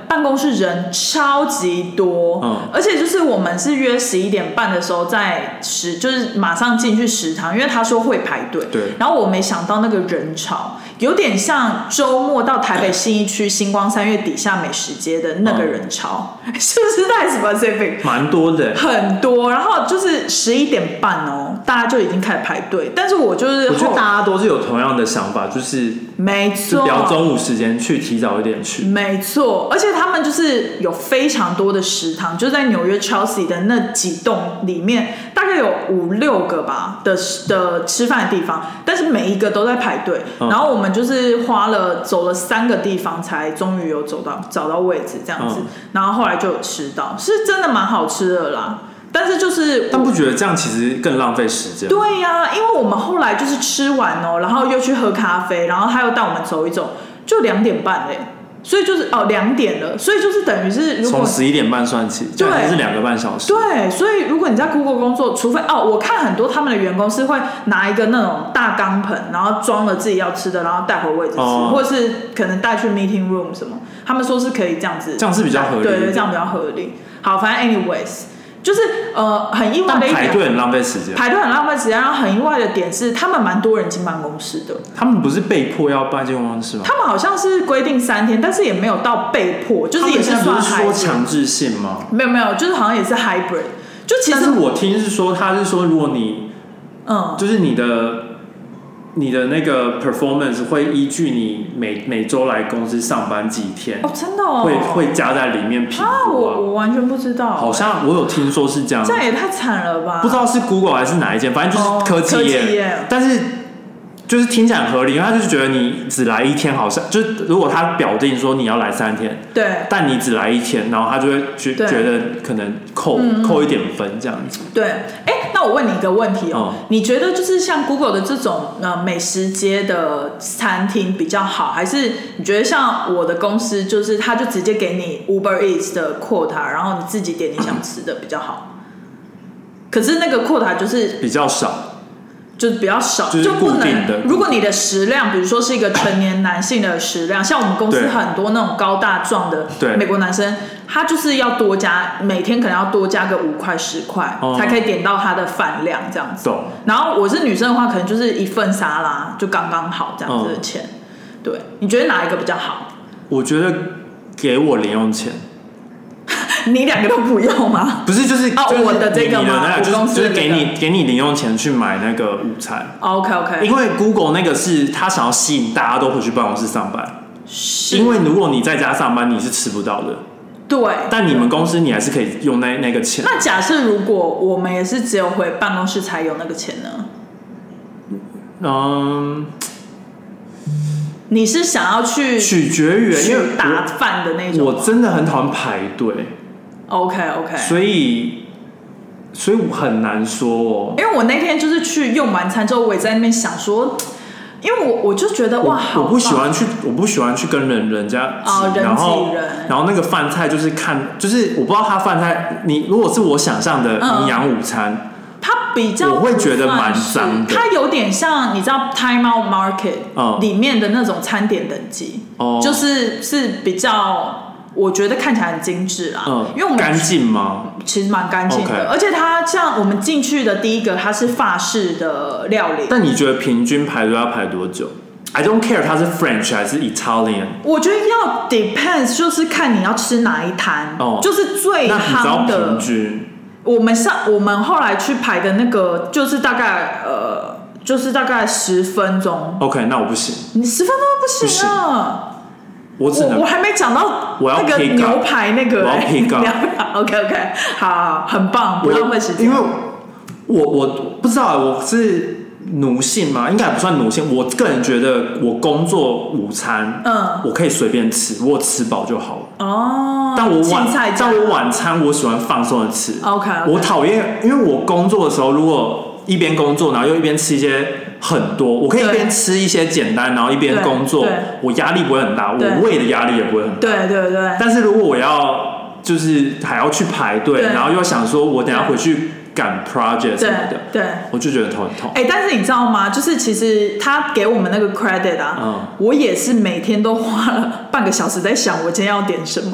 办公室人超级多， 嗯， 而且就是我们是约十一点半的时候在食，就是马上进去食堂，因为他说会排队， 对， 然后我没想到那个人潮有点像周末到台北信义区星光三月底下美食街的那个人潮，嗯、是不是太 specific？ 蛮多的， 很多。然后就是十一点半哦，大家就已经开始排队，但是我就是我觉得大家都是有同样的想法，就是没错， 就不要中午时间去，提早一点去。 没错，而且他们就是有非常多的食堂，就在纽约 Chelsea 的那几栋里面，大概有五六个吧的的吃饭的地方，但是每一个都在排队。嗯、然后我们就是花了走了三个地方，才终于有走到找到位置这样子。嗯、然后后来就有吃到，是真的蛮好吃的啦。但是就是， 但不觉得这样其实更浪费时间？ 对呀、啊，因为我们后来就是吃完哦，然后又去喝咖啡，然后他又带我们走一走，就两点半嘞。所以就是哦，两点了，所以就是等于是如果从十一点半算起，就还是两个半小时。 对，所以如果你在 Google 工作，除非哦，我看很多他们的员工是会拿一个那种大钢盆，然后装了自己要吃的，然后带回位置吃，哦、或者是可能带去 meeting room 什么，他们说是可以这样子， 这样是比较合理， 对对，这样比较合理。好，反正 anyways。就是呃很意外的一点， 排队很浪费时间， 排队很浪费时间。然后很意外的点是，他们蛮多人进办公室的。 他们不是被迫要办进办公室吗？ 他们好像是规定三天，但是也没有到被迫，就是也是算 hybrid。 不是说强制性吗？ 没有没有，就是好像也是 hybrid。就其实， 但是我听是说，他是说，如果你嗯，就是你的。你的那个 performance 会依据你每每周来公司上班几天哦，真的哦， 会会加在里面评估啊。 啊我我完全不知道， 好像我有听说是这样， 这样也太惨了吧？ 不知道是 Google 还是哪一间，反正就是科技业， 哦、科技业但是就是听起来很合理，因为他就是觉得你只来一天，好像就是如果他表定说你要来三天， 对， 但你只来一天，然后他就会觉觉得可能扣、嗯、扣一点分这样子。 对，哎。那我问你一个问题哦，嗯、你觉得就是像 Google 的这种呃美食街的餐厅比较好，还是你觉得像我的公司，就是他就直接给你 Uber Eats 的 quota， 然后你自己点你想吃的比较好？可是那个 quota 就是比较少， 就是比较少， 就是固定的。 如果你的食量，比如说是一个成年男性的食量，像我们公司很多那种高大壮的美国男生。他就是要多加，每天可能要多加个五块十块，哦、才可以点到他的饭量这样子。懂。然后我是女生的话，可能就是一份沙拉就刚刚好这样子的钱。嗯、对，你觉得哪一个比较好？ 我觉得给我零用钱。 你两个都不用吗？ 不是，就是、 哦、 就是我的这个吗？ 那个就是就是给你给你零用钱去买那个午餐。 OK OK。 因为 Google 那个是他想要吸引大家都回去办公室上班， 是因为如果你在家上班，你是吃不到的。 对， 但你们公司你还是可以用那那个钱。 那假设如果我们也是只有回办公室才有那个钱呢？ 嗯， 你是想要去取决于因为打饭的那种？ 我真的很讨厌排队。 OK OK， 所以所以我很难说哦。 因为我那天就是去用完餐之后，我也在那边想说。因为我我就觉得哇， 我不喜欢去，我不喜欢去跟人人家挤， 哦、 然后人然后那个饭菜就是看，就是我不知道他饭菜，你如果是我想象的营养午餐，嗯、 它比较我会觉得蛮脏的， 它有点像你知道 Time Out Market 里面的那种餐点等级，嗯、就是是比较。我觉得看起来很精致啦， 嗯， 因为我们干净吗？ 其实蛮干净的， okay. 而且它像我们进去的第一个，它是法式的料理。 但你觉得平均排队要排多久 ？I don't care， 它是 French 还是 Italian？ 我觉得要 depends， 就是看你要吃哪一摊，哦，就是最夯的。 平均， 我们上我们后来去排的那个，就是大概呃，就是大概十分钟。 OK， 那我不行。 你十分钟都不行啊？ 我只能我, 我还没讲到那个牛排那个、欸， 我要 pick up OK OK， 好，很棒，不浪费时间。 因为我我不知道我是奴性吗？应该也不算奴性。我个人觉得我工作午餐，嗯，我可以随便吃，我吃饱就好了。哦，但我晚但我晚餐我喜欢放松的吃。 OK，, okay 我讨厌，因为我工作的时候如果一边工作，然后又一边吃一些。很多，我可以一边吃一些简单，然后一边工作，我压力不会很大，我胃的压力也不会很大。 对对对。 但是如果我要就是还要去排队，然后又想说我等一下回去赶 project 什么的， 对， 我就觉得头很痛。 哎、欸，但是你知道吗？就是其实他给我们那个 credit 啊，嗯、我也是每天都花了半个小时在想我今天要点什么。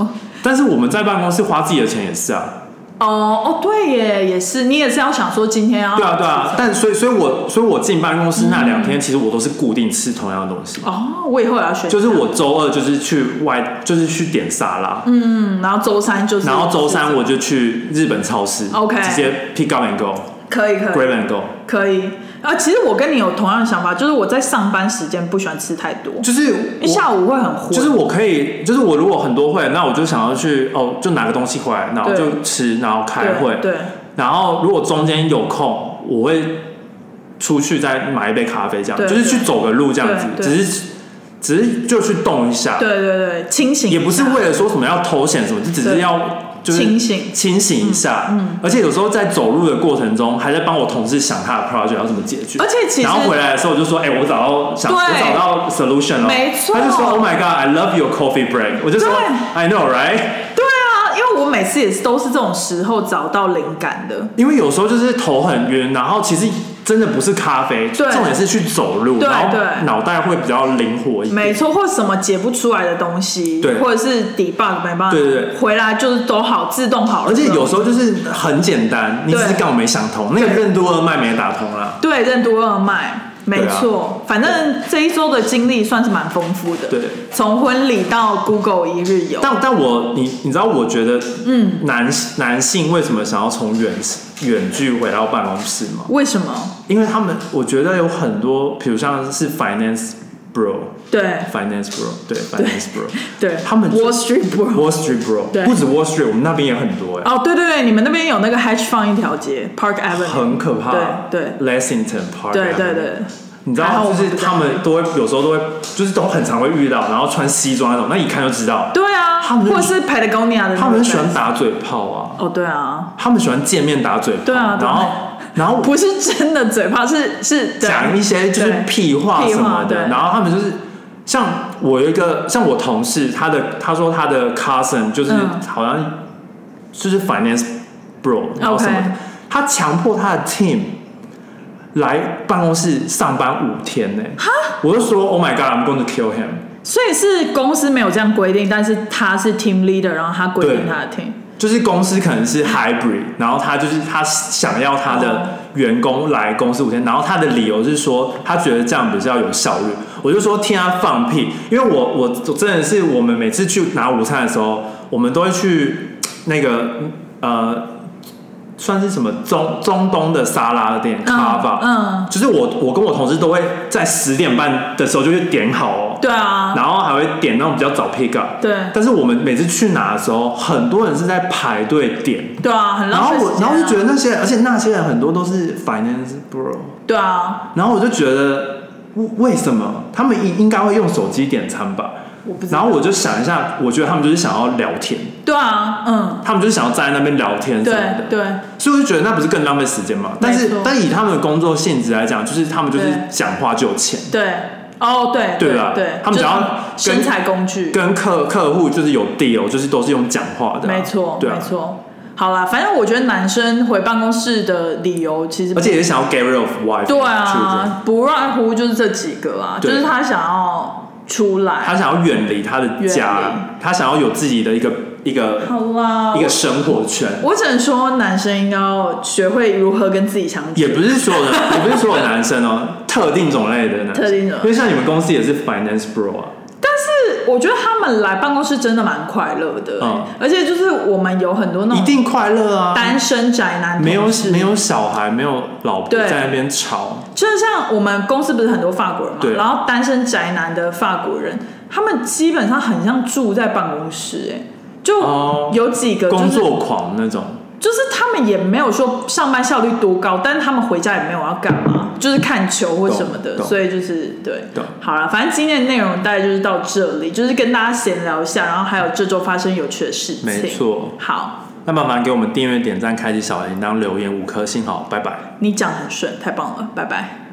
但是我们在办公室花自己的钱也是啊。 哦哦，对耶，也是，你也是要想说今天要对啊对啊，但所以所以我所以我进办公室那两天，嗯、其实我都是固定吃同样的东西。 哦，我以后也要学。 就是我周二就是去外，就是去点沙拉， 嗯，然后周三就是， 然后周三我就去日本超市 ，OK， 直接 pick up and go， 可以可以 ，grab and go， 可以。啊，其实我跟你有同样的想法，就是我在上班时间不喜欢吃太多， 就是下午会很昏。 就是我可以，就是我如果很多会，那我就想要去哦，就拿个东西回来，然后就吃，然后开会。 对。对然后如果中间有空，我会出去再买一杯咖啡，这样就是去走个路这样子，只是只是就去动一下。 对对对，清醒。 也不是为了说什么要偷闲什么，就只是要。就是清醒清醒一下，嗯嗯、而且有时候在走路的过程中，还在帮我同事想他的 project 要怎么解决。 而且其实， 然后回来的时候我就说：“哎、欸，我找到想，我找到 solution 了。” 没错。 他就说 ：“Oh my god, I love your coffee break。”我就说 ：“I know, right？” 对啊，因为我每次也是都是这种时候找到灵感的。 因为有时候就是头很晕，然后其实真的不是咖啡，重点是去走路，然后脑袋会比较灵活一点。 没错，或什么解不出来的东西， 对， 或者是 debug 没办法， 对对对， 回来就是都好自动好了。 而且有时候就是很简单，你只是刚好没想通，那个任督二脉没打通啦。 对，任督二脉。没错，啊、反正这一周的经历算是蛮丰富的。 对， 从婚礼到 Google 一日游。 但但我你你知道，我觉得，嗯，男男性为什么想要从远远距回到办公室吗？ 为什么？ 因为他们我觉得有很多，比如像是 finance bro， 对 ，finance bro， 对 finance bro， 对， 他们 Wall Street bro，Wall Street bro， 不止 Wall Street， 我们那边也很多哎。 哦，对对对，你们那边有那个 hedge fund 一条街 ，Park Avenue， 很可怕。 对对 ，Lexington Park， 对对对。 你知道，就是他们都会有时候都会，就是都很常会遇到，然后穿西装那种，那一看就知道。 对啊，他们或者是 Patagonia 的， 他们喜欢打嘴炮啊。 哦，对啊， 他们喜欢见面打嘴炮。 对啊， 然后然后不是真的嘴炮，是是讲一些就是屁话什么的。然后他们就是像我有一个像我同事，他的他说他的 cousin 就是好像就是 finance bro， 然后什么的，他强迫他的 team。来办公室上班五天呢、欸，我就说 Oh my God, I'm going to kill him。 所以是公司没有这样规定，但是他是 team leader， 然后他规定他的 team。 就是公司可能是 hybrid， 然后他就是他想要他的员工来公司五天，然后他的理由是说他觉得这样比较有效率。我就说听他放屁，因为我我真的是我们每次去拿午餐的时候，我们都会去那个呃。算是什么中中东的沙拉店咖啡，嗯，就是我我跟我同事都会在十点半的时候就去点好哦， 对啊， 然后还会点那种比较早 pick up， 对， 但是我们每次去拿的时候，很多人是在排队点， 对啊，很浪费时间啊， 然后我然后就觉得那些，而且那些人很多都是 finance bro， 对啊， 然后我就觉得为什么他们应应该会用手机点餐吧？然后我就想一下，我觉得他们就是想要聊天。 对啊，嗯， 他们就是想要站在那边聊天什么的。 对对。 所以我就觉得那不是更浪费时间吗？但是，但以他们的工作性质来讲，就是他们就是讲话就有钱。 对。哦，对。 对吧？ 对。 他们只要生财工具， 跟客客户就是有 deal， 就是都是用讲话的。 没错， 对啊， 没错。好啦，反正我觉得男生回办公室的理由其实， 而且也是想要 get rid of wife。 对啊，不外乎就是这几个啊，就是他想要。出来， 他想要远离他的家，他想要有自己的一个一个好啦， 一个生活圈。 我只能说，男生应该要学会如何跟自己相处。 也不是所有的，也不是所有男生哦，特定种类的男生， 特定种， 因为像你们公司也是 finance bro 啊。 但是我觉得他们来办公室真的蛮快乐的、欸嗯，而且就是我们有很多那种一定快乐啊， 单身宅男没有没有小孩，没有老婆在那边吵。 就是像我们公司不是很多法国人嘛，然后单身宅男的法国人，他们基本上很像住在办公室、欸，哎，就有几个、就是、 工作狂那种。 就是他们也没有说上班效率多高，但是他们回家也没有要干嘛，就是看球或什么的，所以就是对。好了，反正今天的内容大概就是到这里，就是跟大家闲聊一下，然后还有这周发生有趣的事情。 没错。 好， 那麻烦给我们订阅、点赞、开启小铃铛、留言五颗星好，拜拜。 你讲很顺，太棒了，拜拜。